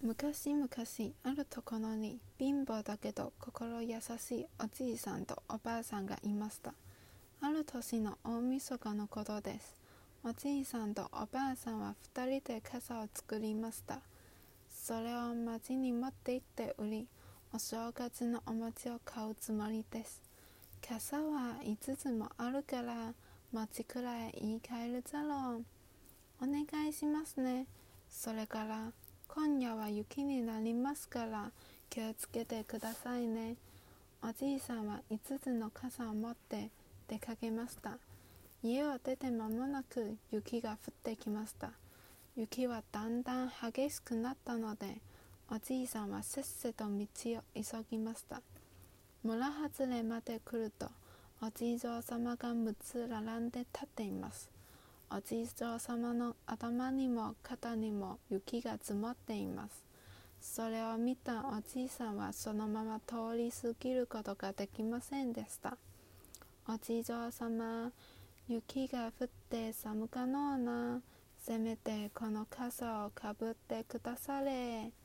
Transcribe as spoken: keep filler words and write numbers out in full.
昔々あるところに貧乏だけど心優しいおじいさんとおばあさんがいました。ある年の大晦日のことです。おじいさんとおばあさんは二人で傘を作りました。それを町に持って行って売り、お正月のお餅を買うつもりです。傘はいつつもあるから餅くらい言い換えるじゃろう。お願いしますね。それから今夜は雪になりますから気をつけてくださいね。おじいさんはいつつの傘を持って出かけました。家を出て間もなく雪が降ってきました。雪はだんだん激しくなったので、おじいさんはせっせと道を急ぎました。村外れまで来ると、お地蔵様がむつ並んで立っています。お地蔵様の頭にも肩にも雪が積もっています。それを見たおじいさんはそのまま通り過ぎることができませんでした。お地蔵様、雪が降って寒かのうな。せめてこの傘をかぶってくだされ。